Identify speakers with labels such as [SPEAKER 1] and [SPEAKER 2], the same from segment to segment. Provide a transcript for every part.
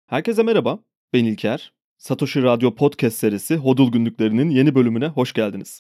[SPEAKER 1] Herkese merhaba, ben İlker. Satoshi Radyo Podcast serisi Hodl Günlüklerinin yeni bölümüne hoş geldiniz.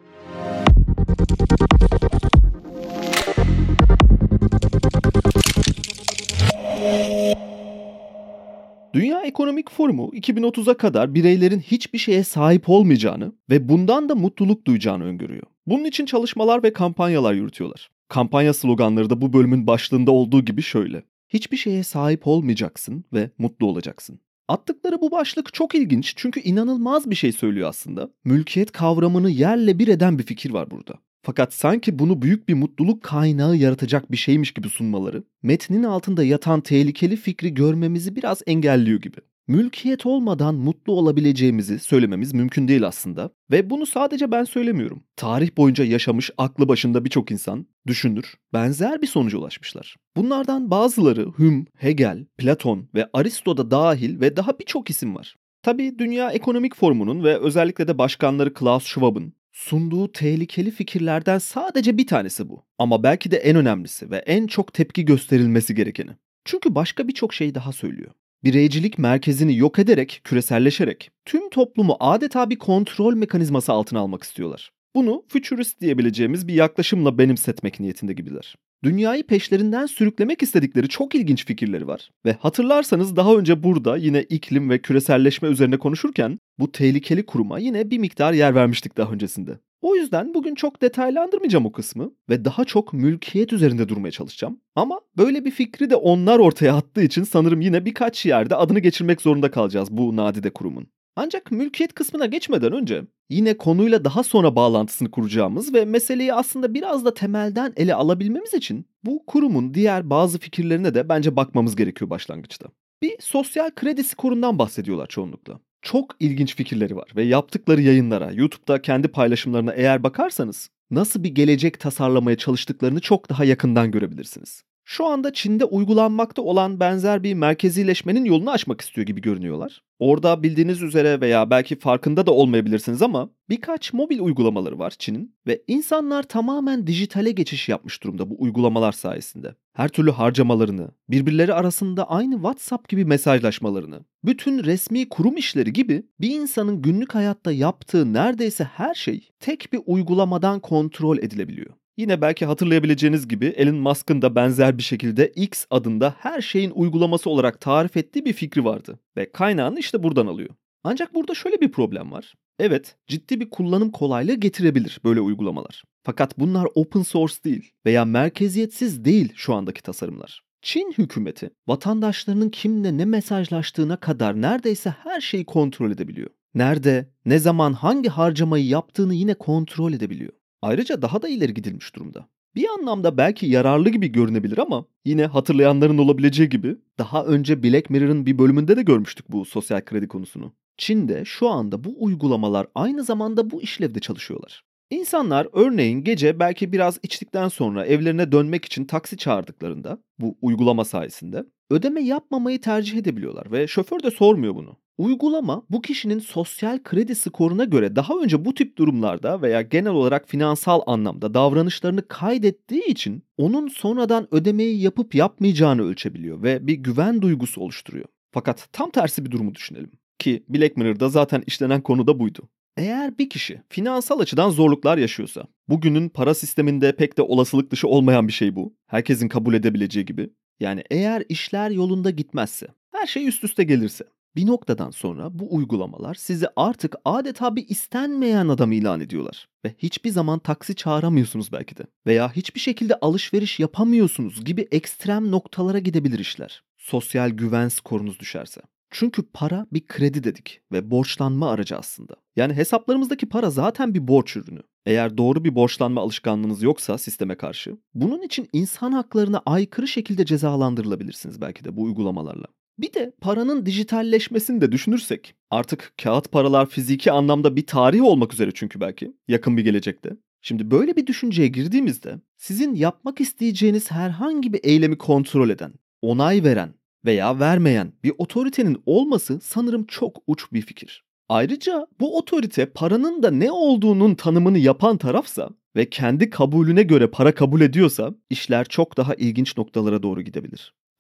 [SPEAKER 1] Dünya Ekonomik Forumu 2030'a kadar bireylerin hiçbir şeye sahip olmayacağını ve bundan da mutluluk duyacağını öngörüyor. Bunun için çalışmalar ve kampanyalar yürütüyorlar. Kampanya sloganları da bu bölümün başlığında olduğu gibi şöyle: hiçbir şeye sahip olmayacaksın ve mutlu olacaksın. Attıkları bu başlık çok ilginç çünkü inanılmaz bir şey söylüyor aslında. Mülkiyet kavramını yerle bir eden bir fikir var burada. Fakat sanki bunu büyük bir mutluluk kaynağı yaratacak bir şeymiş gibi sunmaları, metnin altında yatan tehlikeli fikri görmemizi biraz engelliyor gibi. Mülkiyet olmadan mutlu olabileceğimizi söylememiz mümkün değil aslında. Ve bunu sadece ben söylemiyorum. Tarih boyunca yaşamış aklı başında birçok insan, düşünür, benzer bir sonuca ulaşmışlar. Bunlardan bazıları Hume, Hegel, Platon ve Aristo da dahil ve daha birçok isim var. Tabii Dünya Ekonomik Forumu'nun ve özellikle de başkanları Klaus Schwab'ın sunduğu tehlikeli fikirlerden sadece bir tanesi bu. Ama belki de en önemlisi ve en çok tepki gösterilmesi gerekeni. Çünkü başka birçok şey daha söylüyor. Bireycilik merkezini yok ederek, küreselleşerek tüm toplumu adeta bir kontrol mekanizması altına almak istiyorlar. Bunu futurist diyebileceğimiz bir yaklaşımla benimsetmek niyetinde gibiler. Dünyayı peşlerinden sürüklemek istedikleri çok ilginç fikirleri var. Ve hatırlarsanız daha önce burada yine iklim ve küreselleşme üzerine konuşurken bu tehlikeli kuruma yine bir miktar yer vermiştik daha öncesinde. O yüzden bugün çok detaylandırmayacağım o kısmı ve daha çok mülkiyet üzerinde durmaya çalışacağım. Ama böyle bir fikri de onlar ortaya attığı için sanırım yine birkaç yerde adını geçirmek zorunda kalacağız bu nadide kurumun. Ancak mülkiyet kısmına geçmeden önce yine konuyla daha sonra bağlantısını kuracağımız ve meseleyi aslında biraz da temelden ele alabilmemiz için bu kurumun diğer bazı fikirlerine de bence bakmamız gerekiyor başlangıçta. Bir sosyal kredi skorundan bahsediyorlar çoğunlukla. Çok ilginç fikirleri var ve yaptıkları yayınlara, YouTube'da kendi paylaşımlarına eğer bakarsanız nasıl bir gelecek tasarlamaya çalıştıklarını çok daha yakından görebilirsiniz. Şu anda Çin'de uygulanmakta olan benzer bir merkezileşmenin yolunu açmak istiyor gibi görünüyorlar. Orada bildiğiniz üzere veya belki farkında da olmayabilirsiniz ama birkaç mobil uygulamaları var Çin'in ve insanlar tamamen dijitale geçiş yapmış durumda bu uygulamalar sayesinde. Her türlü harcamalarını, birbirleri arasında aynı WhatsApp gibi mesajlaşmalarını, bütün resmi kurum işleri gibi bir insanın günlük hayatta yaptığı neredeyse her şey tek bir uygulamadan kontrol edilebiliyor. Yine belki hatırlayabileceğiniz gibi Elon Musk'ın da benzer bir şekilde X adında her şeyin uygulaması olarak tarif ettiği bir fikri vardı ve kaynağını işte buradan alıyor. Ancak burada şöyle bir problem var. Evet, ciddi bir kullanım kolaylığı getirebilir böyle uygulamalar. Fakat bunlar open source değil veya merkeziyetsiz değil şu andaki tasarımlar. Çin hükümeti vatandaşlarının kimle ne mesajlaştığına kadar neredeyse her şeyi kontrol edebiliyor. Nerede, ne zaman hangi harcamayı yaptığını yine kontrol edebiliyor. Ayrıca daha da ileri gidilmiş durumda. Bir anlamda belki yararlı gibi görünebilir ama yine hatırlayanların olabileceği gibi daha önce Black Mirror'ın bir bölümünde de görmüştük bu sosyal kredi konusunu. Çin'de şu anda bu uygulamalar aynı zamanda bu işlevde çalışıyorlar. İnsanlar örneğin gece belki biraz içtikten sonra evlerine dönmek için taksi çağırdıklarında bu uygulama sayesinde ödeme yapmamayı tercih edebiliyorlar ve şoför de sormuyor bunu. Uygulama bu kişinin sosyal kredi skoruna göre daha önce bu tip durumlarda veya genel olarak finansal anlamda davranışlarını kaydettiği için onun sonradan ödemeyi yapıp yapmayacağını ölçebiliyor ve bir güven duygusu oluşturuyor. Fakat tam tersi bir durumu düşünelim ki Black Mirror'da zaten işlenen konu da buydu. Eğer bir kişi finansal açıdan zorluklar yaşıyorsa, bugünün para sisteminde pek de olasılık dışı olmayan bir şey bu. Herkesin kabul edebileceği gibi. Yani eğer işler yolunda gitmezse, her şey üst üste gelirse, bir noktadan sonra bu uygulamalar sizi artık adeta bir istenmeyen adam ilan ediyorlar. Ve hiçbir zaman taksi çağıramıyorsunuz belki de. Veya hiçbir şekilde alışveriş yapamıyorsunuz gibi ekstrem noktalara gidebilir işler. Sosyal güven skorunuz düşerse. Çünkü para bir kredi dedik ve borçlanma aracı aslında. Yani hesaplarımızdaki para zaten bir borç ürünü. Eğer doğru bir borçlanma alışkanlığınız yoksa sisteme karşı, bunun için insan haklarına aykırı şekilde cezalandırılabilirsiniz belki de bu uygulamalarla. Bir de paranın dijitalleşmesini de düşünürsek, artık kağıt paralar fiziki anlamda bir tarih olmak üzere çünkü belki yakın bir gelecekte. Şimdi böyle bir düşünceye girdiğimizde sizin yapmak isteyeceğiniz herhangi bir eylemi kontrol eden, onay veren veya vermeyen bir otoritenin olması sanırım çok uç bir fikir. Ayrıca bu otorite paranın da ne olduğunun tanımını yapan tarafsa ve kendi kabulüne göre para kabul ediyorsa işler çok daha ilginç noktalara doğru gidebilir.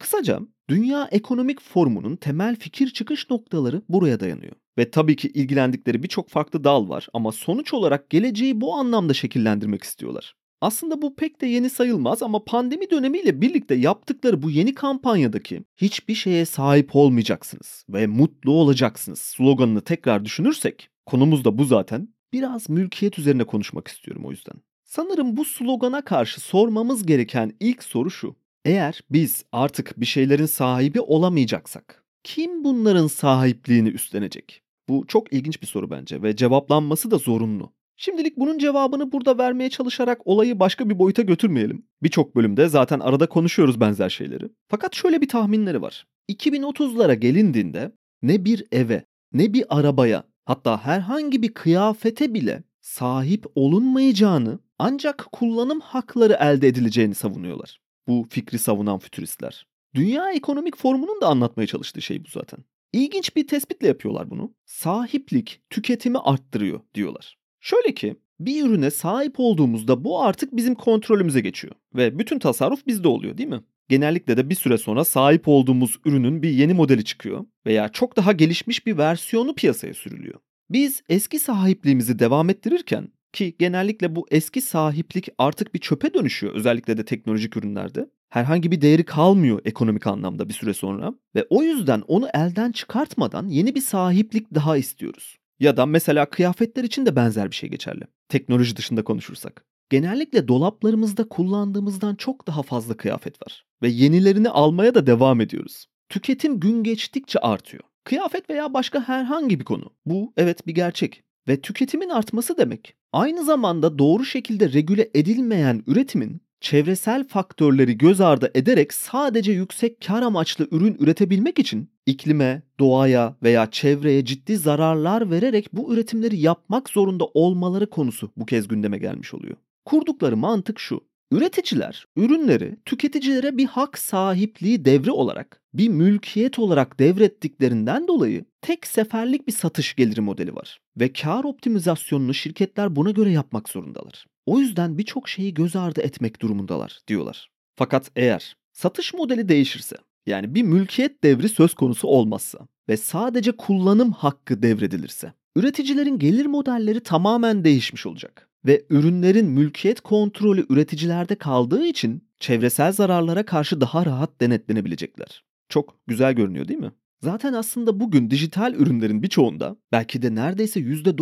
[SPEAKER 1] Kısaca Dünya Ekonomik Forumu'nun temel fikir çıkış noktaları buraya dayanıyor. Ve tabii ki ilgilendikleri birçok farklı dal var ama sonuç olarak geleceği bu anlamda şekillendirmek istiyorlar. Aslında bu pek de yeni sayılmaz ama pandemi dönemiyle birlikte yaptıkları bu yeni kampanyadaki hiçbir şeye sahip olmayacaksınız ve mutlu olacaksınız sloganını tekrar düşünürsek, konumuz da bu zaten, biraz mülkiyet üzerine konuşmak istiyorum o yüzden. Sanırım bu slogana karşı sormamız gereken ilk soru şu: eğer biz artık bir şeylerin sahibi olamayacaksak, kim bunların sahipliğini üstlenecek? Bu çok ilginç bir soru bence ve cevaplanması da zorunlu. Şimdilik bunun cevabını burada vermeye çalışarak olayı başka bir boyuta götürmeyelim. Birçok bölümde zaten arada konuşuyoruz benzer şeyleri. Fakat şöyle bir tahminleri var. 2030'lara gelindiğinde ne bir eve, ne bir arabaya, hatta herhangi bir kıyafete bile sahip olunmayacağını, ancak kullanım hakları elde edileceğini savunuyorlar. Bu fikri savunan fütüristler. Dünya Ekonomik Forumu'nun da anlatmaya çalıştığı şey bu zaten. İlginç bir tespitle yapıyorlar bunu. Sahiplik tüketimi arttırıyor diyorlar. Şöyle ki, bir ürüne sahip olduğumuzda bu artık bizim kontrolümüze geçiyor ve bütün tasarruf bizde oluyor, değil mi? Genellikle de bir süre sonra sahip olduğumuz ürünün bir yeni modeli çıkıyor veya çok daha gelişmiş bir versiyonu piyasaya sürülüyor. Biz eski sahipliğimizi devam ettirirken, ki genellikle bu eski sahiplik artık bir çöpe dönüşüyor, özellikle de teknolojik ürünlerde. Herhangi bir değeri kalmıyor ekonomik anlamda bir süre sonra ve o yüzden onu elden çıkartmadan yeni bir sahiplik daha istiyoruz. Ya da mesela kıyafetler için de benzer bir şey geçerli. Teknoloji dışında konuşursak. Genellikle dolaplarımızda kullandığımızdan çok daha fazla kıyafet var ve yenilerini almaya da devam ediyoruz. Tüketim gün geçtikçe artıyor. Kıyafet veya başka herhangi bir konu. Bu evet bir gerçek. Ve tüketimin artması demek, aynı zamanda doğru şekilde regüle edilmeyen üretimin çevresel faktörleri göz ardı ederek sadece yüksek kar amaçlı ürün üretebilmek için iklime, doğaya veya çevreye ciddi zararlar vererek bu üretimleri yapmak zorunda olmaları konusu bu kez gündeme gelmiş oluyor. Kurdukları mantık şu: üreticiler ürünleri tüketicilere bir hak sahipliği devri olarak, bir mülkiyet olarak devrettiklerinden dolayı tek seferlik bir satış geliri modeli var ve kar optimizasyonunu şirketler buna göre yapmak zorundalar. O yüzden birçok şeyi göz ardı etmek durumundalar diyorlar. Fakat eğer satış modeli değişirse, yani bir mülkiyet devri söz konusu olmazsa ve sadece kullanım hakkı devredilirse, üreticilerin gelir modelleri tamamen değişmiş olacak ve ürünlerin mülkiyet kontrolü üreticilerde kaldığı için çevresel zararlara karşı daha rahat denetlenebilecekler. Çok güzel görünüyor, değil mi? Zaten aslında bugün dijital ürünlerin birçoğunda, belki de neredeyse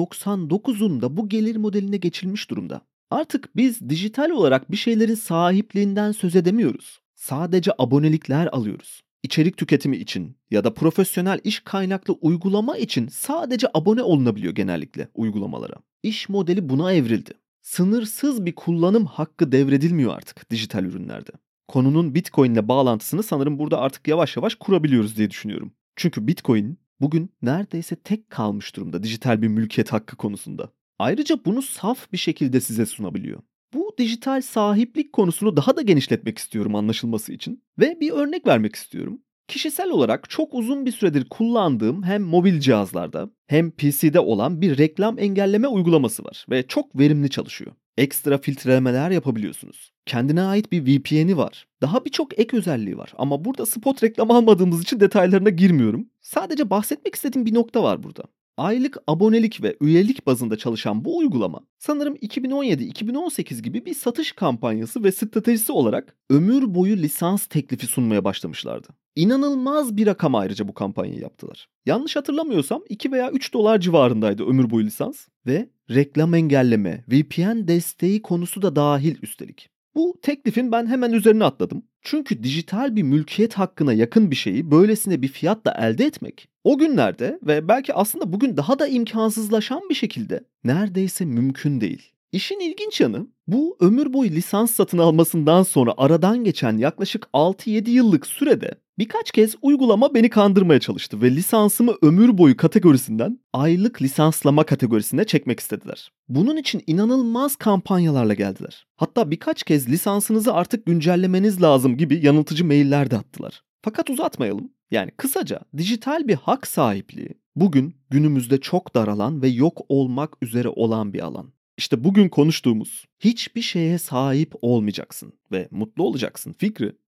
[SPEAKER 1] %99'unda bu gelir modeline geçilmiş durumda. Artık biz dijital olarak bir şeylerin sahipliğinden söz edemiyoruz. Sadece abonelikler alıyoruz. İçerik tüketimi için ya da profesyonel iş kaynaklı uygulama için sadece abone olunabiliyor genellikle uygulamalara. İş modeli buna evrildi. Sınırsız bir kullanım hakkı devredilmiyor artık dijital ürünlerde. Konunun Bitcoin ile bağlantısını sanırım burada artık yavaş yavaş kurabiliyoruz diye düşünüyorum. Çünkü Bitcoin bugün neredeyse tek kalmış durumda dijital bir mülkiyet hakkı konusunda. Ayrıca bunu saf bir şekilde size sunabiliyor. Bu dijital sahiplik konusunu daha da genişletmek istiyorum anlaşılması için ve bir örnek vermek istiyorum. Kişisel olarak çok uzun bir süredir kullandığım hem mobil cihazlarda hem PC'de olan bir reklam engelleme uygulaması var ve çok verimli çalışıyor. Ekstra filtrelemeler yapabiliyorsunuz. Kendine ait bir VPN'i var. Daha birçok ek özelliği var ama burada spot reklam almadığımız için detaylarına girmiyorum. Sadece bahsetmek istediğim bir nokta var burada. Aylık abonelik ve üyelik bazında çalışan bu uygulama sanırım 2017-2018 gibi bir satış kampanyası ve stratejisi olarak ömür boyu lisans teklifi sunmaya başlamışlardı. İnanılmaz bir rakam ayrıca bu kampanyayı yaptılar. Yanlış hatırlamıyorsam 2 veya 3 dolar civarındaydı ömür boyu lisans ve reklam engelleme, VPN desteği konusu da dahil üstelik. Bu teklifin ben hemen üzerine atladım. Çünkü dijital bir mülkiyet hakkına yakın bir şeyi böylesine bir fiyatla elde etmek o günlerde ve belki aslında bugün daha da imkansızlaşan bir şekilde neredeyse mümkün değil. İşin ilginç yanı, bu ömür boyu lisans satın almasından sonra aradan geçen yaklaşık 6-7 yıllık sürede birkaç kez uygulama beni kandırmaya çalıştı ve lisansımı ömür boyu kategorisinden aylık lisanslama kategorisine çekmek istediler. Bunun için inanılmaz kampanyalarla geldiler. Hatta birkaç kez lisansınızı artık güncellemeniz lazım gibi yanıltıcı mailler de attılar. Fakat uzatmayalım. Yani kısaca dijital bir hak sahipliği bugün günümüzde çok daralan ve yok olmak üzere olan bir alan. İşte bugün konuştuğumuz hiçbir şeye sahip olmayacaksın ve mutlu olacaksın fikri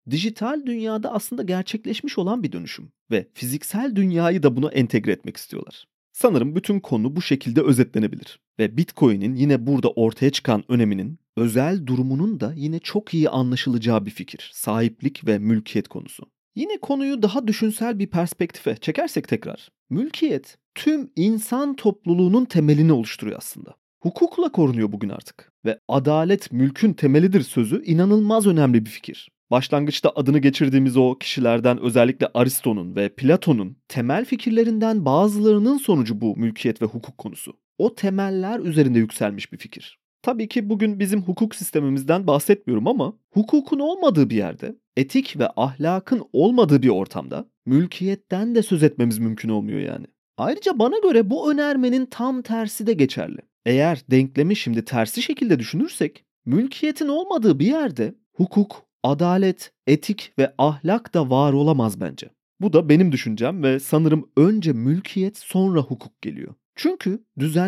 [SPEAKER 1] Dijital dünyada aslında gerçekleşmiş olan bir dönüşüm ve fiziksel dünyayı da buna entegre etmek istiyorlar. Sanırım bütün konu bu şekilde özetlenebilir ve Bitcoin'in yine burada ortaya çıkan öneminin, özel durumunun da yine çok iyi anlaşılacağı bir fikir. Sahiplik ve mülkiyet konusu. Yine konuyu daha düşünsel bir perspektife çekersek tekrar, mülkiyet tüm insan topluluğunun temelini oluşturuyor aslında. Hukukla korunuyor bugün artık ve adalet mülkün temelidir sözü inanılmaz önemli bir fikir. Başlangıçta adını geçirdiğimiz o kişilerden özellikle Aristo'nun ve Platon'un temel fikirlerinden bazılarının sonucu bu mülkiyet ve hukuk konusu. O temeller üzerinde yükselmiş bir fikir. Tabii ki bugün bizim hukuk sistemimizden bahsetmiyorum ama hukukun olmadığı bir yerde, etik ve ahlakın olmadığı bir ortamda mülkiyetten de söz etmemiz mümkün olmuyor yani. Ayrıca bana göre bu önermenin tam tersi de geçerli. Eğer denklemi şimdi tersi şekilde düşünürsek, mülkiyetin olmadığı bir yerde hukuk, adalet, etik ve ahlak da var olamaz bence. Bu da benim düşüncem ve sanırım önce mülkiyet sonra hukuk geliyor. Çünkü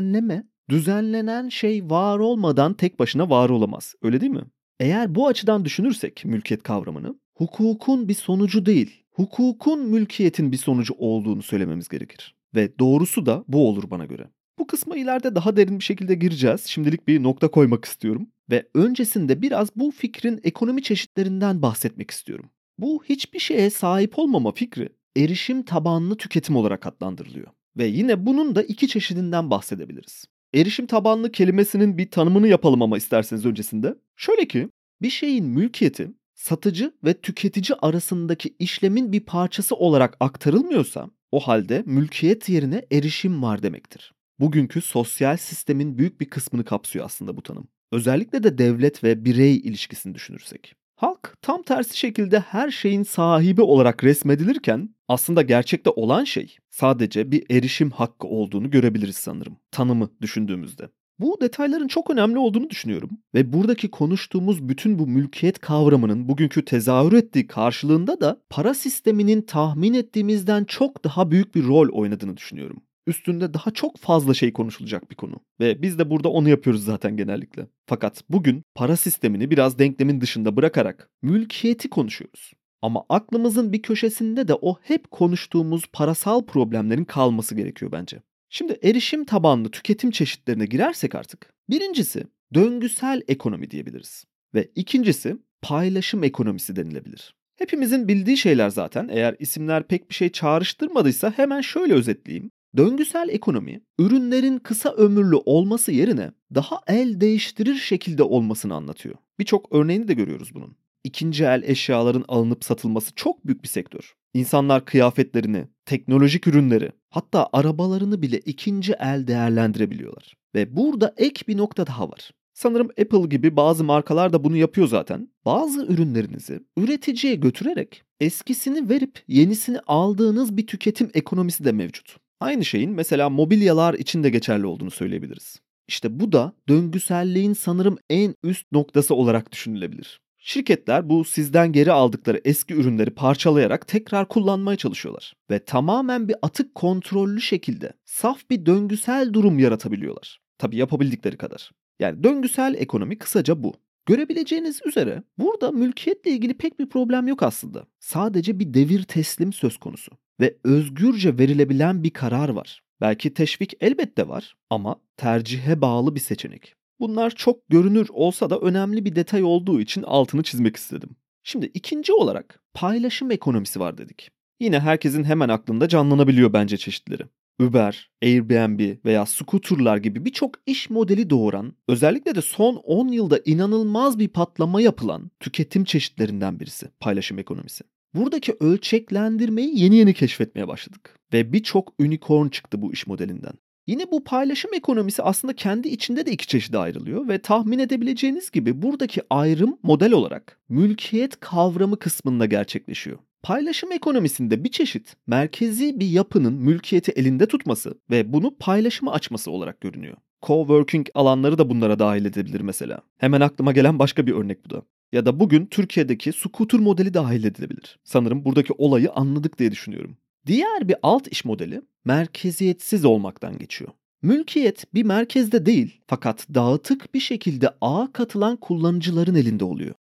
[SPEAKER 1] düzenlenen şey var olmadan tek başına var olamaz. Öyle değil mi? Eğer bu açıdan düşünürsek mülkiyet kavramını, hukukun bir sonucu değil, hukukun mülkiyetin bir sonucu olduğunu söylememiz gerekir. Ve doğrusu da bu olur bana göre. Bu kısma ileride daha derin bir şekilde gireceğiz. Şimdilik bir nokta koymak istiyorum. Ve öncesinde biraz bu fikrin ekonomi çeşitlerinden bahsetmek istiyorum. Bu hiçbir şeye sahip olmama fikri erişim tabanlı tüketim olarak adlandırılıyor. Ve yine bunun da iki çeşidinden bahsedebiliriz. Erişim tabanlı kelimesinin bir tanımını yapalım ama isterseniz öncesinde. Şöyle ki, bir şeyin mülkiyeti satıcı ve tüketici arasındaki işlemin bir parçası olarak aktarılmıyorsa, o halde mülkiyet yerine erişim var demektir. Bugünkü sosyal sistemin büyük bir kısmını kapsıyor aslında bu tanım. Özellikle de devlet ve birey ilişkisini düşünürsek. Halk tam tersi şekilde her şeyin sahibi olarak resmedilirken aslında gerçekte olan şey sadece bir erişim hakkı olduğunu görebiliriz sanırım tanımı düşündüğümüzde. Bu detayların çok önemli olduğunu düşünüyorum ve buradaki konuştuğumuz bütün bu mülkiyet kavramının bugünkü tezahür ettiği karşılığında da para sisteminin tahmin ettiğimizden çok daha büyük bir rol oynadığını düşünüyorum. Üstünde daha çok fazla şey konuşulacak bir konu ve biz de burada onu yapıyoruz zaten genellikle. Fakat bugün para sistemini biraz denklemin dışında bırakarak mülkiyeti konuşuyoruz. Ama aklımızın bir köşesinde de o hep konuştuğumuz parasal problemlerin kalması gerekiyor bence. Şimdi erişim tabanlı tüketim çeşitlerine girersek artık. Birincisi döngüsel ekonomi diyebiliriz. Ve ikincisi paylaşım ekonomisi denilebilir. Hepimizin bildiği şeyler zaten. Eğer isimler pek bir şey çağrıştırmadıysa hemen şöyle özetleyeyim. Döngüsel ekonomi, ürünlerin kısa ömürlü olması yerine daha el değiştirir şekilde olmasını anlatıyor. Birçok örneğini de görüyoruz bunun. İkinci el eşyaların alınıp satılması çok büyük bir sektör. İnsanlar kıyafetlerini, teknolojik ürünleri, hatta arabalarını bile ikinci el değerlendirebiliyorlar. Ve burada ek bir nokta daha var. Sanırım Apple gibi bazı markalar da bunu yapıyor zaten. Bazı ürünlerinizi üreticiye götürerek eskisini verip yenisini aldığınız bir tüketim ekonomisi de mevcut. Aynı şeyin mesela mobilyalar için de geçerli olduğunu söyleyebiliriz. İşte bu da döngüselliğin sanırım en üst noktası olarak düşünülebilir. Şirketler bu sizden geri aldıkları eski ürünleri parçalayarak tekrar kullanmaya çalışıyorlar ve tamamen bir atık kontrollü şekilde saf bir döngüsel durum yaratabiliyorlar. Tabii yapabildikleri kadar. Yani döngüsel ekonomi kısaca bu. Görebileceğiniz üzere burada mülkiyetle ilgili pek bir problem yok aslında. Sadece bir devir teslim söz konusu ve özgürce verilebilen bir karar var. Belki teşvik elbette var ama tercihe bağlı bir seçenek. Bunlar çok görünür olsa da önemli bir detay olduğu için altını çizmek istedim. Şimdi ikinci olarak paylaşım ekonomisi var dedik. Yine herkesin hemen aklında canlanabiliyor bence çeşitleri. Uber, Airbnb veya scooterlar gibi birçok iş modeli doğuran, özellikle de son 10 yılda inanılmaz bir patlama yapılan tüketim çeşitlerinden birisi paylaşım ekonomisi. Buradaki ölçeklendirmeyi yeni keşfetmeye başladık ve birçok unicorn çıktı bu iş modelinden. Yine bu paylaşım ekonomisi aslında kendi içinde de iki çeşide ayrılıyor ve tahmin edebileceğiniz gibi buradaki ayrım model olarak mülkiyet kavramı kısmında gerçekleşiyor. Paylaşım ekonomisinde bir çeşit merkezi bir yapının mülkiyeti elinde tutması ve bunu paylaşıma açması olarak görünüyor. Coworking alanları da bunlara dahil edilebilir mesela. Hemen aklıma gelen başka bir örnek bu da. Ya da bugün Türkiye'deki scooter modeli dahil edilebilir. Sanırım buradaki olayı anladık diye düşünüyorum. Diğer bir alt iş modeli merkeziyetsiz olmaktan geçiyor. Mülkiyet bir merkezde değil fakat dağıtık bir şekilde ağa katılan kullanıcıların elinde oluyor.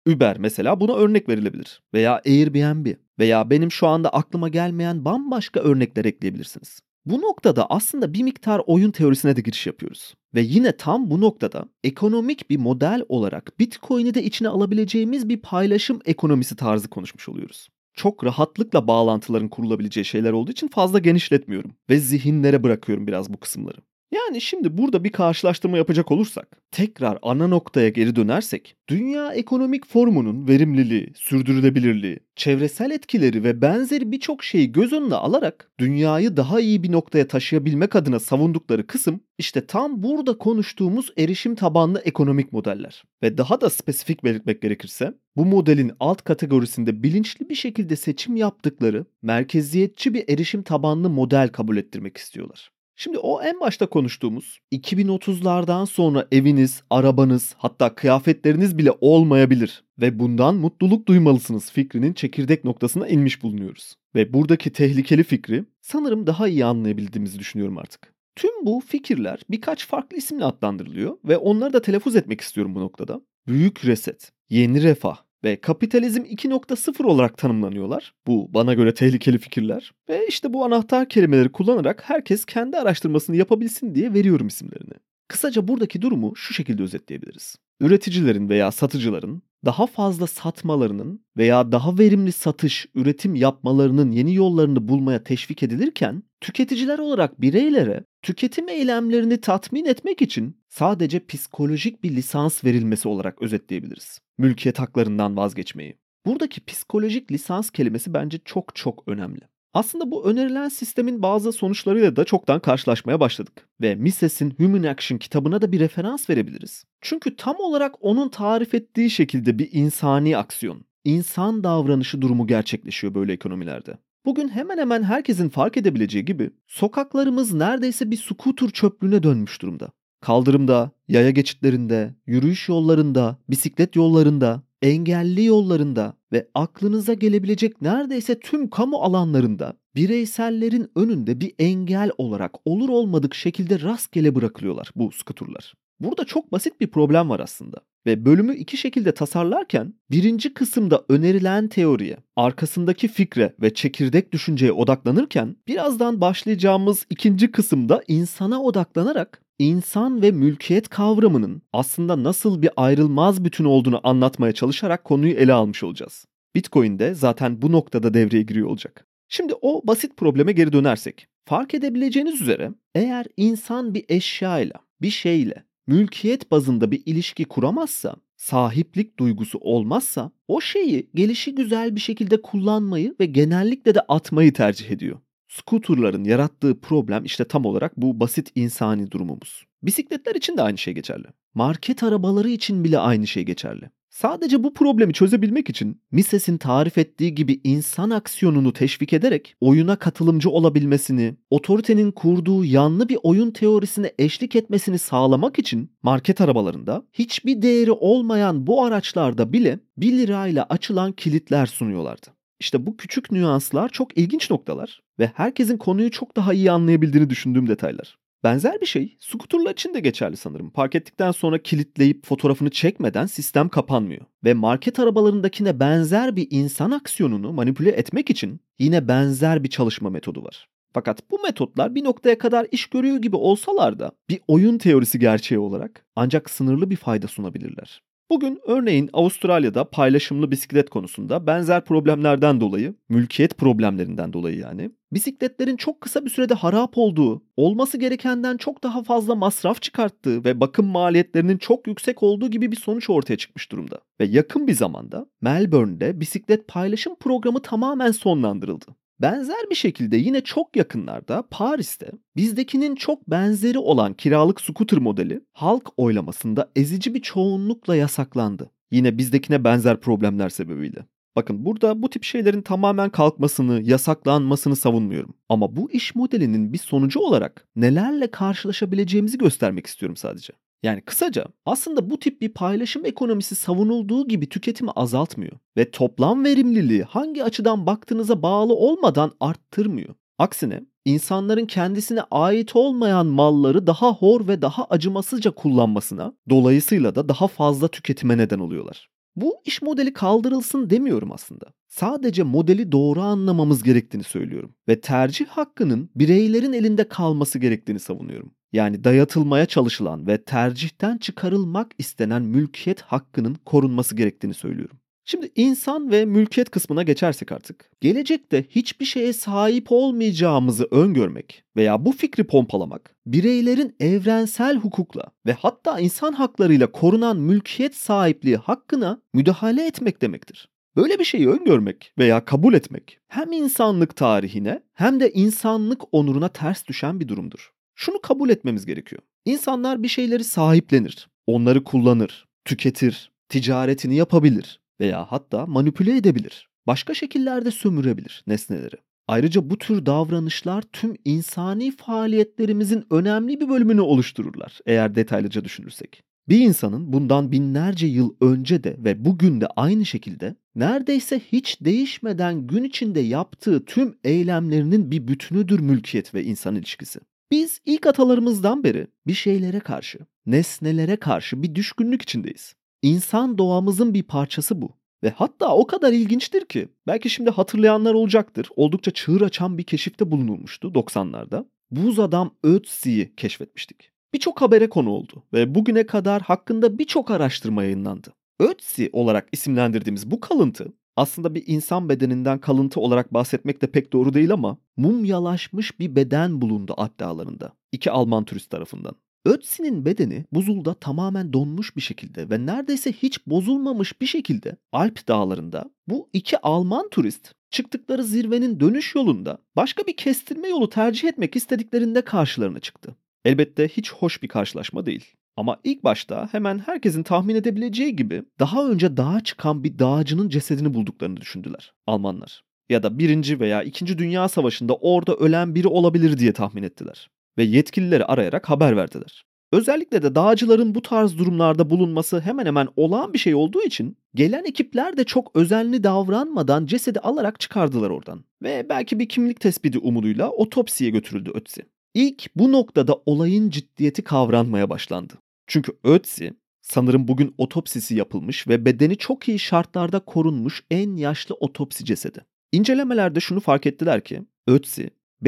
[SPEAKER 1] Uber mesela buna örnek verilebilir. Veya Airbnb veya benim şu anda aklıma gelmeyen bambaşka örnekler ekleyebilirsiniz. Bu noktada aslında bir miktar oyun teorisine de giriş yapıyoruz. Ve yine tam bu noktada ekonomik bir model olarak Bitcoin'i de içine alabileceğimiz bir paylaşım ekonomisi tarzı konuşmuş oluyoruz. Çok rahatlıkla bağlantıların kurulabileceği şeyler olduğu için fazla genişletmiyorum ve zihinlere bırakıyorum biraz bu kısımları. Yani şimdi burada bir karşılaştırma yapacak olursak, tekrar ana noktaya geri dönersek, Dünya Ekonomik Forumu'nun verimliliği, sürdürülebilirliği, çevresel etkileri ve benzeri birçok şeyi göz önüne alarak dünyayı daha iyi bir noktaya taşıyabilmek adına savundukları kısım işte tam burada konuştuğumuz erişim tabanlı ekonomik modeller. Ve daha da spesifik belirtmek gerekirse, bu modelin alt kategorisinde bilinçli bir şekilde seçim yaptıkları merkeziyetçi bir erişim tabanlı model kabul ettirmek istiyorlar. Şimdi o en başta konuştuğumuz 2030'lardan sonra eviniz, arabanız, hatta kıyafetleriniz bile olmayabilir ve bundan mutluluk duymalısınız fikrinin çekirdek noktasına inmiş bulunuyoruz. Ve buradaki tehlikeli fikri sanırım daha iyi anlayabildiğimizi düşünüyorum artık. Tüm bu fikirler birkaç farklı isimle adlandırılıyor ve onları da telaffuz etmek istiyorum bu noktada. Büyük reset, yeni refah ve kapitalizm 2.0 olarak tanımlanıyorlar. Bu bana göre tehlikeli fikirler. Ve işte bu anahtar kelimeleri kullanarak herkes kendi araştırmasını yapabilsin diye veriyorum isimlerini. Kısaca buradaki durumu şu şekilde özetleyebiliriz. Üreticilerin veya satıcıların daha fazla satmalarının veya daha verimli satış, üretim yapmalarının yeni yollarını bulmaya teşvik edilirken, tüketiciler olarak bireylere tüketim eylemlerini tatmin etmek için sadece psikolojik bir lisans verilmesi olarak özetleyebiliriz. Mülkiyet haklarından vazgeçmeyi. Buradaki psikolojik lisans kelimesi bence çok çok önemli. Aslında bu önerilen sistemin bazı sonuçlarıyla da çoktan karşılaşmaya başladık. Ve Mises'in Human Action kitabına da bir referans verebiliriz. Çünkü tam olarak onun tarif ettiği şekilde bir insani aksiyon, insan davranışı durumu gerçekleşiyor böyle ekonomilerde. Bugün hemen hemen herkesin fark edebileceği gibi sokaklarımız neredeyse bir scooter çöplüğüne dönmüş durumda. Kaldırımda, yaya geçitlerinde, yürüyüş yollarında, bisiklet yollarında, engelli yollarında ve aklınıza gelebilecek neredeyse tüm kamu alanlarında bireysellerin önünde bir engel olarak olur olmadık şekilde rastgele bırakılıyorlar bu skuturlar. Burada çok basit bir problem var aslında. Ve bölümü iki şekilde tasarlarken birinci kısımda önerilen teoriye, arkasındaki fikre ve çekirdek düşünceye odaklanırken birazdan başlayacağımız ikinci kısımda insana odaklanarak insan ve mülkiyet kavramının aslında nasıl bir ayrılmaz bütün olduğunu anlatmaya çalışarak konuyu ele almış olacağız. Bitcoin de zaten bu noktada devreye giriyor olacak. Şimdi o basit probleme geri dönersek, fark edebileceğiniz üzere eğer insan bir eşyayla, bir şeyle mülkiyet bazında bir ilişki kuramazsa, sahiplik duygusu olmazsa o şeyi gelişigüzel bir şekilde kullanmayı ve genellikle de atmayı tercih ediyor. Scooter'ların yarattığı problem işte tam olarak bu basit insani durumumuz. Bisikletler için de aynı şey geçerli. Market arabaları için bile aynı şey geçerli. Sadece bu problemi çözebilmek için Mises'in tarif ettiği gibi insan aksiyonunu teşvik ederek oyuna katılımcı olabilmesini, otoritenin kurduğu yanlı bir oyun teorisine eşlik etmesini sağlamak için market arabalarında hiçbir değeri olmayan bu araçlarda bile 1 lirayla açılan kilitler sunuyorlardı. İşte bu küçük nüanslar çok ilginç noktalar ve herkesin konuyu çok daha iyi anlayabildiğini düşündüğüm detaylar. Benzer bir şey skuterlar için de geçerli sanırım. Park ettikten sonra kilitleyip fotoğrafını çekmeden sistem kapanmıyor. Ve market arabalarındakine benzer bir insan aksiyonunu manipüle etmek için yine benzer bir çalışma metodu var. Fakat bu metotlar bir noktaya kadar iş görüyor gibi olsalar da bir oyun teorisi gerçeği olarak ancak sınırlı bir fayda sunabilirler. Bugün örneğin Avustralya'da paylaşımlı bisiklet konusunda benzer problemlerden dolayı, mülkiyet problemlerinden dolayı yani, bisikletlerin çok kısa bir sürede harap olduğu, olması gerekenden çok daha fazla masraf çıkarttığı ve bakım maliyetlerinin çok yüksek olduğu gibi bir sonuç ortaya çıkmış durumda. Ve yakın bir zamanda Melbourne'de bisiklet paylaşım programı tamamen sonlandırıldı. Benzer bir şekilde yine çok yakınlarda Paris'te bizdekinin çok benzeri olan kiralık scooter modeli halk oylamasında ezici bir çoğunlukla yasaklandı. Yine bizdekine benzer problemler sebebiyle. Bakın burada bu tip şeylerin tamamen kalkmasını, yasaklanmasını savunmuyorum. Ama bu iş modelinin bir sonucu olarak nelerle karşılaşabileceğimizi göstermek istiyorum sadece. Yani kısaca aslında bu tip bir paylaşım ekonomisi savunulduğu gibi tüketimi azaltmıyor ve toplam verimliliği hangi açıdan baktığınıza bağlı olmadan arttırmıyor. Aksine insanların kendisine ait olmayan malları daha hor ve daha acımasızca kullanmasına, dolayısıyla da daha fazla tüketime neden oluyorlar. Bu iş modeli kaldırılsın demiyorum aslında. Sadece modeli doğru anlamamız gerektiğini söylüyorum ve tercih hakkının bireylerin elinde kalması gerektiğini savunuyorum. Yani dayatılmaya çalışılan ve tercihten çıkarılmak istenen mülkiyet hakkının korunması gerektiğini söylüyorum. Şimdi insan ve mülkiyet kısmına geçersek artık. Gelecekte hiçbir şeye sahip olmayacağımızı öngörmek veya bu fikri pompalamak, bireylerin evrensel hukukla ve hatta insan haklarıyla korunan mülkiyet sahipliği hakkına müdahale etmek demektir. Böyle bir şeyi öngörmek veya kabul etmek hem insanlık tarihine hem de insanlık onuruna ters düşen bir durumdur. Şunu kabul etmemiz gerekiyor. İnsanlar bir şeyleri sahiplenir, onları kullanır, tüketir, ticaretini yapabilir veya hatta manipüle edebilir. Başka şekillerde sömürebilir nesneleri. Ayrıca bu tür davranışlar tüm insani faaliyetlerimizin önemli bir bölümünü oluştururlar eğer detaylıca düşünürsek. Bir insanın bundan binlerce yıl önce de ve bugün de aynı şekilde neredeyse hiç değişmeden gün içinde yaptığı tüm eylemlerinin bir bütünüdür mülkiyet ve insan ilişkisi. Biz ilk atalarımızdan beri bir şeylere karşı, nesnelere karşı bir düşkünlük içindeyiz. İnsan doğamızın bir parçası bu. Ve hatta o kadar ilginçtir ki belki şimdi hatırlayanlar olacaktır. Oldukça çığır açan bir keşifte bulunulmuştu 90'larda. Buz adam Ötzi'yi keşfetmiştik. Birçok habere konu oldu ve bugüne kadar hakkında birçok araştırma yayınlandı. Ötzi olarak isimlendirdiğimiz bu kalıntı aslında bir insan bedeninden kalıntı olarak bahsetmek de pek doğru değil ama mumyalaşmış bir beden bulundu Alp dağlarında. 2 Alman turist tarafından. Ötzi'nin bedeni buzulda tamamen donmuş bir şekilde ve neredeyse hiç bozulmamış bir şekilde Alp dağlarında bu 2 Alman turist çıktıkları zirvenin dönüş yolunda başka bir kestirme yolu tercih etmek istediklerinde karşılarına çıktı. Elbette hiç hoş bir karşılaşma değil. Ama ilk başta hemen herkesin tahmin edebileceği gibi daha önce dağa çıkan bir dağcının cesedini bulduklarını düşündüler Almanlar. Ya da 1. veya 2. Dünya Savaşı'nda orada ölen biri olabilir diye tahmin ettiler. Ve yetkilileri arayarak haber verdiler. Özellikle de dağcıların bu tarz durumlarda bulunması hemen hemen olağan bir şey olduğu için gelen ekipler de çok özenli davranmadan cesedi alarak çıkardılar oradan. Ve belki bir kimlik tespiti umuduyla otopsiye götürüldü Ötzi. İlk bu noktada olayın ciddiyeti kavranmaya başlandı. Çünkü Ötzi sanırım bugün otopsisi yapılmış ve bedeni çok iyi şartlarda korunmuş en yaşlı otopsi cesedi. İncelemelerde şunu fark ettiler ki Ötzi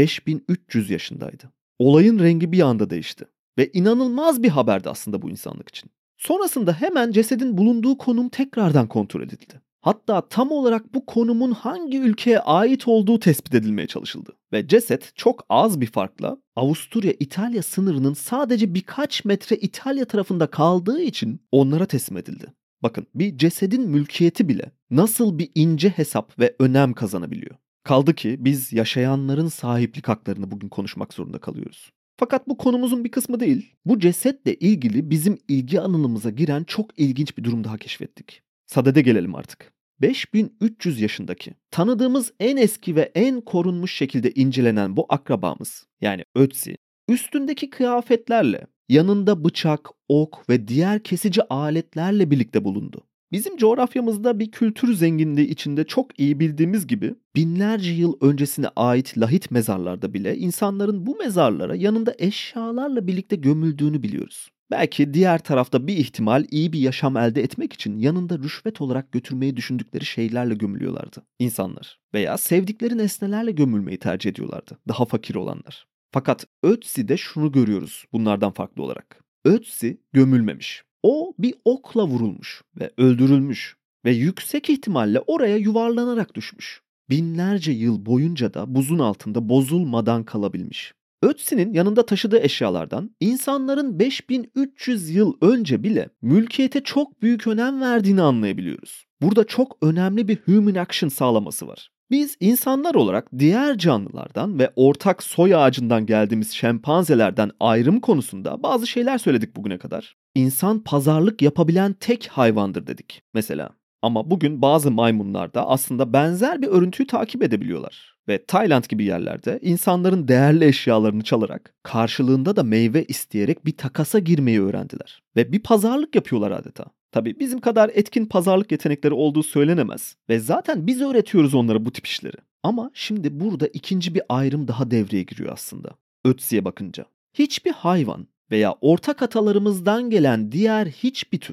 [SPEAKER 1] 5300 yaşındaydı. Olayın rengi bir anda değişti ve inanılmaz bir haberdi aslında bu insanlık için. Sonrasında hemen cesedin bulunduğu konum tekrardan kontrol edildi. Hatta tam olarak bu konumun hangi ülkeye ait olduğu tespit edilmeye çalışıldı. Ve ceset çok az bir farkla Avusturya-İtalya sınırının sadece birkaç metre İtalya tarafında kaldığı için onlara teslim edildi. Bakın bir cesedin mülkiyeti bile nasıl bir ince hesap ve önem kazanabiliyor. Kaldı ki biz yaşayanların sahiplik haklarını bugün konuşmak zorunda kalıyoruz. Fakat bu konumuzun bir kısmı değil. Bu cesetle ilgili bizim ilgi alanımıza giren çok ilginç bir durum daha keşfettik. Sadede gelelim artık. 5300 yaşındaki, tanıdığımız en eski ve en korunmuş şekilde incelenen bu akrabamız, yani Ötzi, üstündeki kıyafetlerle, yanında bıçak, ok ve diğer kesici aletlerle birlikte bulundu. Bizim coğrafyamızda bir kültür zenginliği içinde çok iyi bildiğimiz gibi binlerce yıl öncesine ait lahit mezarlarda bile insanların bu mezarlara yanında eşyalarla birlikte gömüldüğünü biliyoruz. Belki diğer tarafta bir ihtimal iyi bir yaşam elde etmek için yanında rüşvet olarak götürmeyi düşündükleri şeylerle gömülüyorlardı insanlar. Veya sevdikleri nesnelerle gömülmeyi tercih ediyorlardı daha fakir olanlar. Fakat Ötzi'de şunu görüyoruz bunlardan farklı olarak. Ötzi gömülmemiş. O bir okla vurulmuş ve öldürülmüş ve yüksek ihtimalle oraya yuvarlanarak düşmüş. Binlerce yıl boyunca da buzun altında bozulmadan kalabilmiş. Ötzi'nin yanında taşıdığı eşyalardan insanların 5300 yıl önce bile mülkiyete çok büyük önem verdiğini anlayabiliyoruz. Burada çok önemli bir human action sağlaması var. Biz insanlar olarak diğer canlılardan ve ortak soy ağacından geldiğimiz şempanzelerden ayrım konusunda bazı şeyler söyledik bugüne kadar. İnsan pazarlık yapabilen tek hayvandır dedik mesela. Ama bugün bazı maymunlar da aslında benzer bir örüntüyü takip edebiliyorlar. Ve Tayland gibi yerlerde insanların değerli eşyalarını çalarak karşılığında da meyve isteyerek bir takasa girmeyi öğrendiler. Ve bir pazarlık yapıyorlar adeta. Tabii bizim kadar etkin pazarlık yetenekleri olduğu söylenemez. Ve zaten biz öğretiyoruz onlara bu tip işleri. Ama şimdi burada ikinci bir ayrım daha devreye giriyor aslında. Ötzi'ye bakınca. Hiçbir hayvan veya ortak atalarımızdan gelen diğer hiçbir tür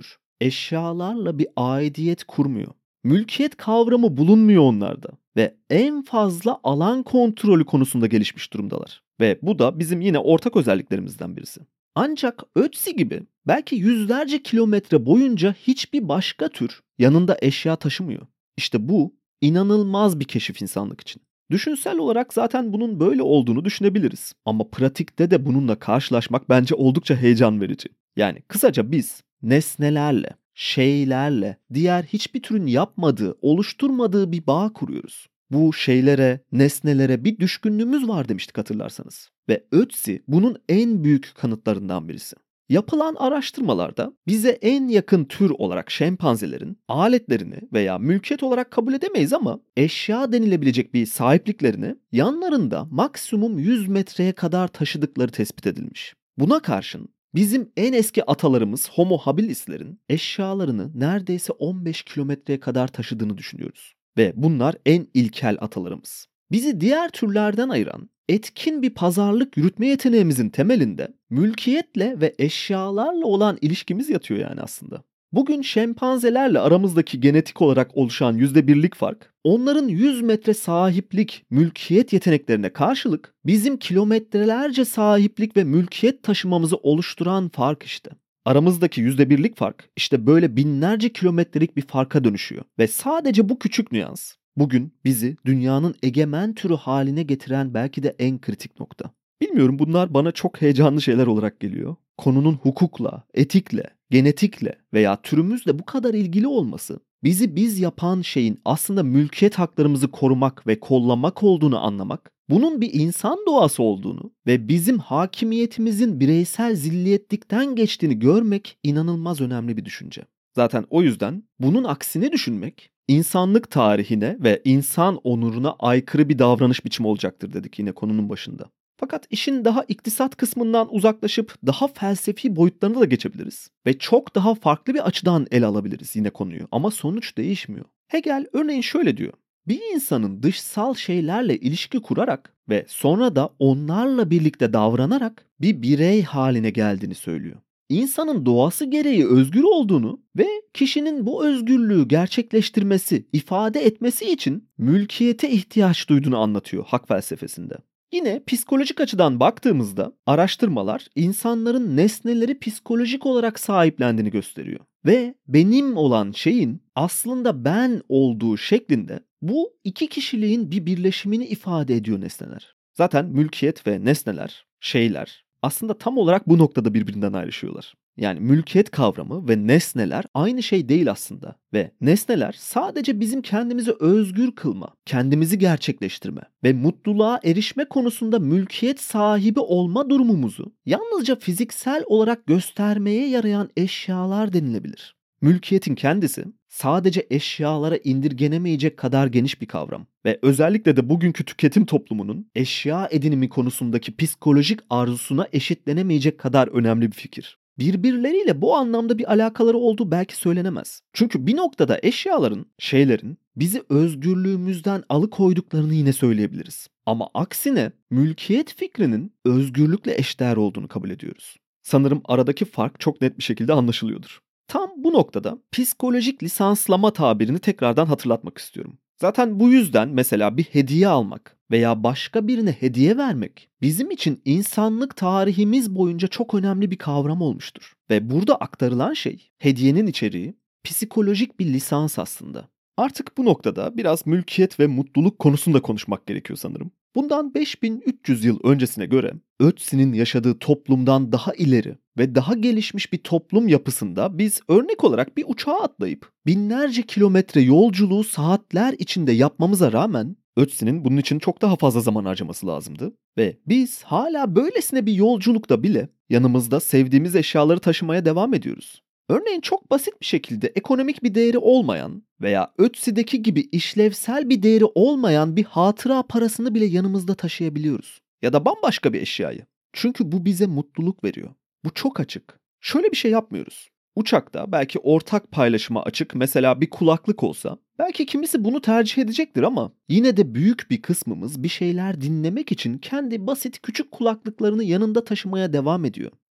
[SPEAKER 1] eşyalarla bir aidiyet kurmuyor. Mülkiyet kavramı bulunmuyor onlarda ve en fazla alan kontrolü konusunda gelişmiş durumdalar. Ve bu da bizim yine ortak özelliklerimizden birisi. Ancak Ötzi gibi belki yüzlerce kilometre boyunca hiçbir başka tür yanında eşya taşımıyor. İşte bu inanılmaz bir keşif insanlık için. Düşünsel olarak zaten bunun böyle olduğunu düşünebiliriz. Ama pratikte de bununla karşılaşmak bence oldukça heyecan verici. Yani kısaca biz nesnelerle, şeylerle, diğer hiçbir türün yapmadığı, oluşturmadığı bir bağ kuruyoruz. Bu şeylere, nesnelere bir düşkünlüğümüz var demiştik hatırlarsanız. Ve Ötzi bunun en büyük kanıtlarından birisi. Yapılan araştırmalarda bize en yakın tür olarak şempanzelerin aletlerini veya mülkiyet olarak kabul edemeyiz ama eşya denilebilecek bir sahipliklerini yanlarında maksimum 100 metreye kadar taşıdıkları tespit edilmiş. Buna karşın bizim en eski atalarımız Homo habilislerin eşyalarını neredeyse 15 kilometreye kadar taşıdığını düşünüyoruz. Ve bunlar en ilkel atalarımız. Bizi diğer türlerden ayıran etkin bir pazarlık yürütme yeteneğimizin temelinde mülkiyetle ve eşyalarla olan ilişkimiz yatıyor yani aslında. Bugün şempanzelerle aramızdaki genetik olarak oluşan %1'lik fark, onların 100 metre sahiplik, mülkiyet yeteneklerine karşılık bizim kilometrelerce sahiplik ve mülkiyet taşımamızı oluşturan fark işte. Aramızdaki %1'lik fark işte böyle binlerce kilometrelik bir farka dönüşüyor ve sadece bu küçük nüans bugün bizi dünyanın egemen türü haline getiren belki de en kritik nokta. Bilmiyorum, bunlar bana çok heyecanlı şeyler olarak geliyor. Konunun hukukla, etikle, genetikle veya türümüzle bu kadar ilgili olması, bizi biz yapan şeyin aslında mülkiyet haklarımızı korumak ve kollamak olduğunu anlamak, bunun bir insan doğası olduğunu ve bizim hakimiyetimizin bireysel zilliyetlikten geçtiğini görmek inanılmaz önemli bir düşünce. Zaten o yüzden bunun aksini düşünmek, insanlık tarihine ve insan onuruna aykırı bir davranış biçimi olacaktır dedik yine konunun başında. Fakat işin daha iktisat kısmından uzaklaşıp daha felsefi boyutlarına da geçebiliriz. Ve çok daha farklı bir açıdan ele alabiliriz yine konuyu ama sonuç değişmiyor. Hegel örneğin şöyle diyor. Bir insanın dışsal şeylerle ilişki kurarak ve sonra da onlarla birlikte davranarak bir birey haline geldiğini söylüyor. İnsanın doğası gereği özgür olduğunu ve kişinin bu özgürlüğü gerçekleştirmesi, ifade etmesi için mülkiyete ihtiyaç duyduğunu anlatıyor hak felsefesinde. Yine psikolojik açıdan baktığımızda araştırmalar insanların nesneleri psikolojik olarak sahiplendiğini gösteriyor. Ve benim olan şeyin aslında ben olduğu şeklinde bu iki kişiliğin bir birleşimini ifade ediyor nesneler. Zaten mülkiyet ve nesneler, şeyler aslında tam olarak bu noktada birbirinden ayrışıyorlar. Yani mülkiyet kavramı ve nesneler aynı şey değil aslında. Ve nesneler sadece bizim kendimizi özgür kılma, kendimizi gerçekleştirme ve mutluluğa erişme konusunda mülkiyet sahibi olma durumumuzu yalnızca fiziksel olarak göstermeye yarayan eşyalar denilebilir. Mülkiyetin kendisi sadece eşyalara indirgenemeyecek kadar geniş bir kavram ve özellikle de bugünkü tüketim toplumunun eşya edinimi konusundaki psikolojik arzusuna eşitlenemeyecek kadar önemli bir fikir. Birbirleriyle bu anlamda bir alakaları olduğu belki söylenemez. Çünkü bir noktada eşyaların, şeylerin bizi özgürlüğümüzden alıkoyduklarını yine söyleyebiliriz. Ama aksine mülkiyet fikrinin özgürlükle eşdeğer olduğunu kabul ediyoruz. Sanırım aradaki fark çok net bir şekilde anlaşılıyordur. Tam bu noktada psikolojik lisanslama tabirini tekrardan hatırlatmak istiyorum. Zaten bu yüzden mesela bir hediye almak veya başka birine hediye vermek bizim için insanlık tarihimiz boyunca çok önemli bir kavram olmuştur. Ve burada aktarılan şey, hediyenin içeriği, psikolojik bir lisans aslında. Artık bu noktada biraz mülkiyet ve mutluluk konusunda konuşmak gerekiyor sanırım. Bundan 5300 yıl öncesine göre Ötzi'nin yaşadığı toplumdan daha ileri ve daha gelişmiş bir toplum yapısında biz örnek olarak bir uçağa atlayıp binlerce kilometre yolculuğu saatler içinde yapmamıza rağmen Ötzi'nin bunun için çok daha fazla zaman harcaması lazımdı. Ve biz hala böylesine bir yolculukta bile yanımızda sevdiğimiz eşyaları taşımaya devam ediyoruz. Örneğin çok basit bir şekilde ekonomik bir değeri olmayan veya Ötzi'deki gibi işlevsel bir değeri olmayan bir hatıra parasını bile yanımızda taşıyabiliyoruz. Ya da bambaşka bir eşyayı. Çünkü bu bize mutluluk veriyor. Bu çok açık. Şöyle bir şey yapmıyoruz. Uçakta belki ortak paylaşıma açık mesela bir kulaklık olsa belki kimisi bunu tercih edecektir ama yine de büyük bir kısmımız bir şeyler dinlemek için kendi basit küçük kulaklıklarını yanında taşımaya devam ediyor.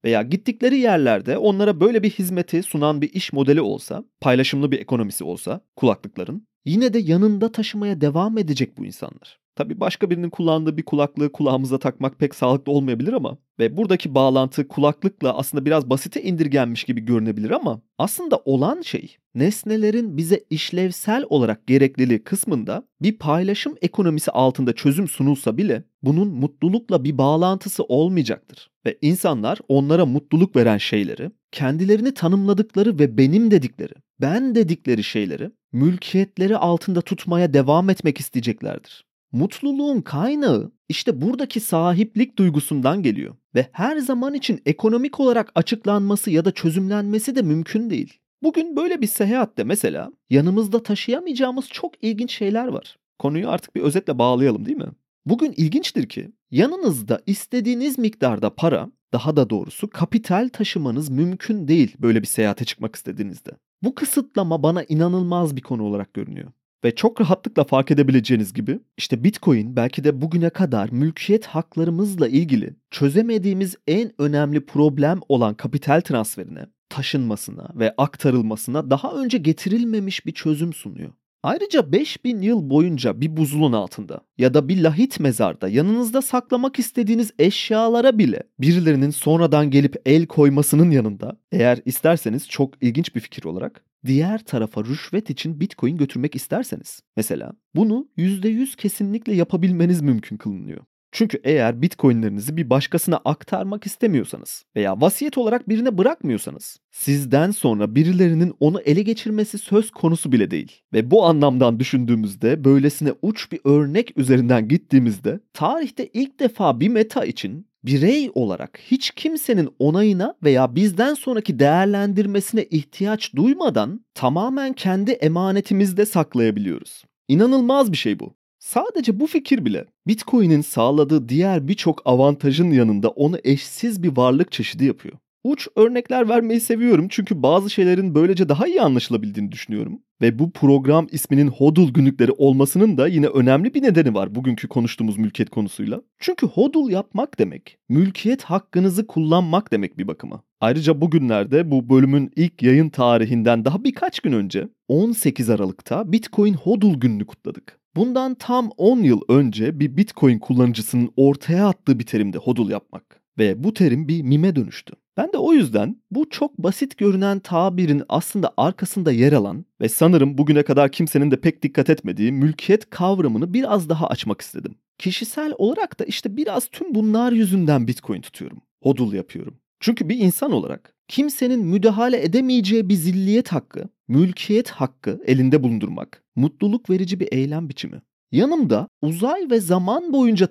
[SPEAKER 1] veya gittikleri yerlerde onlara böyle bir hizmeti sunan bir iş modeli olsa, paylaşımlı bir ekonomisi olsa kulaklıkların, yine de yanında taşımaya devam edecek bu insanlar. Tabii başka birinin kullandığı bir kulaklığı kulağımıza takmak pek sağlıklı olmayabilir ama ve buradaki bağlantı kulaklıkla aslında biraz basite indirgenmiş gibi görünebilir ama aslında olan şey nesnelerin bize işlevsel olarak gerekliliği kısmında bir paylaşım ekonomisi altında çözüm sunulsa bile bunun mutlulukla bir bağlantısı olmayacaktır. Ve insanlar onlara mutluluk veren şeyleri, kendilerini tanımladıkları ve benim dedikleri, ben dedikleri şeyleri mülkiyetleri altında tutmaya devam etmek isteyeceklerdir. Mutluluğun kaynağı işte buradaki sahiplik duygusundan geliyor ve her zaman için ekonomik olarak açıklanması ya da çözümlenmesi de mümkün değil. Bugün böyle bir seyahatte mesela yanımızda taşıyamayacağımız çok ilginç şeyler var. Konuyu artık bir özetle bağlayalım değil mi? Bugün ilginçtir ki yanınızda istediğiniz miktarda para, daha da doğrusu kapital taşımanız mümkün değil böyle bir seyahate çıkmak istediğinizde. Bu kısıtlama bana inanılmaz bir konu olarak görünüyor. Ve çok rahatlıkla fark edebileceğiniz gibi işte Bitcoin belki de bugüne kadar mülkiyet haklarımızla ilgili çözemediğimiz en önemli problem olan kapital transferine, taşınmasına ve aktarılmasına daha önce getirilmemiş bir çözüm sunuyor. Ayrıca 5000 yıl boyunca bir buzulun altında ya da bir lahit mezarda yanınızda saklamak istediğiniz eşyalara bile birilerinin sonradan gelip el koymasının yanında, eğer isterseniz çok ilginç bir fikir olarak, diğer tarafa rüşvet için Bitcoin götürmek isterseniz mesela bunu %100 kesinlikle yapabilmeniz mümkün kılınıyor. Çünkü eğer Bitcoin'lerinizi bir başkasına aktarmak istemiyorsanız veya vasiyet olarak birine bırakmıyorsanız sizden sonra birilerinin onu ele geçirmesi söz konusu bile değil. Ve bu anlamdan düşündüğümüzde böylesine uç bir örnek üzerinden gittiğimizde tarihte ilk defa bir meta için birey olarak hiç kimsenin onayına veya bizden sonraki değerlendirmesine ihtiyaç duymadan tamamen kendi emanetimizde saklayabiliyoruz. İnanılmaz bir şey bu. Sadece bu fikir bile Bitcoin'in sağladığı diğer birçok avantajın yanında onu eşsiz bir varlık çeşidi yapıyor. Uç örnekler vermeyi seviyorum çünkü bazı şeylerin böylece daha iyi anlaşılabildiğini düşünüyorum. Ve bu program isminin HODL günlükleri olmasının da yine önemli bir nedeni var bugünkü konuştuğumuz mülkiyet konusuyla. Çünkü HODL yapmak demek, mülkiyet hakkınızı kullanmak demek bir bakıma. Ayrıca bugünlerde bu bölümün ilk yayın tarihinden daha birkaç gün önce 18 Aralık'ta Bitcoin HODL gününü kutladık. Bundan tam 10 yıl önce bir Bitcoin kullanıcısının ortaya attığı bir terimdi HODL yapmak. Ve bu terim bir mime dönüştü. Ben de o yüzden bu çok basit görünen tabirin aslında arkasında yer alan ve sanırım bugüne kadar kimsenin de pek dikkat etmediği mülkiyet kavramını biraz daha açmak istedim. Kişisel olarak da işte biraz tüm bunlar yüzünden Bitcoin tutuyorum. HODL yapıyorum. Çünkü bir insan olarak kimsenin müdahale edemeyeceği bir zilliyet hakkı, mülkiyet hakkı elinde bulundurmak mutluluk verici bir eylem biçimi. Yanımda uzay ve zaman boyunca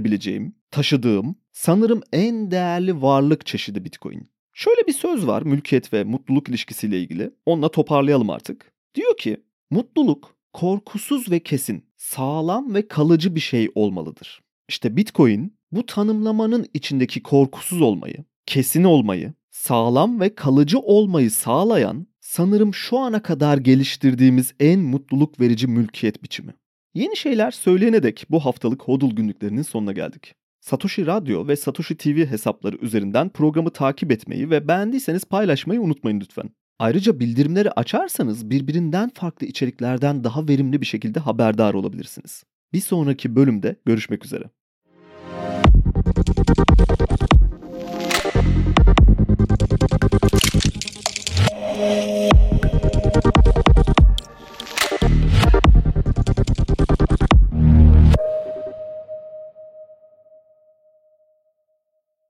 [SPEAKER 1] taşıdığım sanırım en değerli varlık çeşidi Bitcoin. Şöyle bir söz var mülkiyet ve mutluluk ilişkisiyle ilgili. Onunla toparlayalım artık. Diyor ki, mutluluk korkusuz ve kesin, sağlam ve kalıcı bir şey olmalıdır. İşte Bitcoin bu tanımlamanın içindeki korkusuz olmayı, kesin olmayı, sağlam ve kalıcı olmayı sağlayan sanırım şu ana kadar geliştirdiğimiz en mutluluk verici mülkiyet biçimi. Yeni şeyler söyleyene dek bu haftalık HODL günlüklerinin sonuna geldik. Satoshi Radyo ve Satoshi TV hesapları üzerinden programı takip etmeyi ve beğendiyseniz paylaşmayı unutmayın lütfen. Ayrıca bildirimleri açarsanız birbirinden farklı içeriklerden daha verimli bir şekilde haberdar olabilirsiniz. Bir sonraki bölümde görüşmek üzere.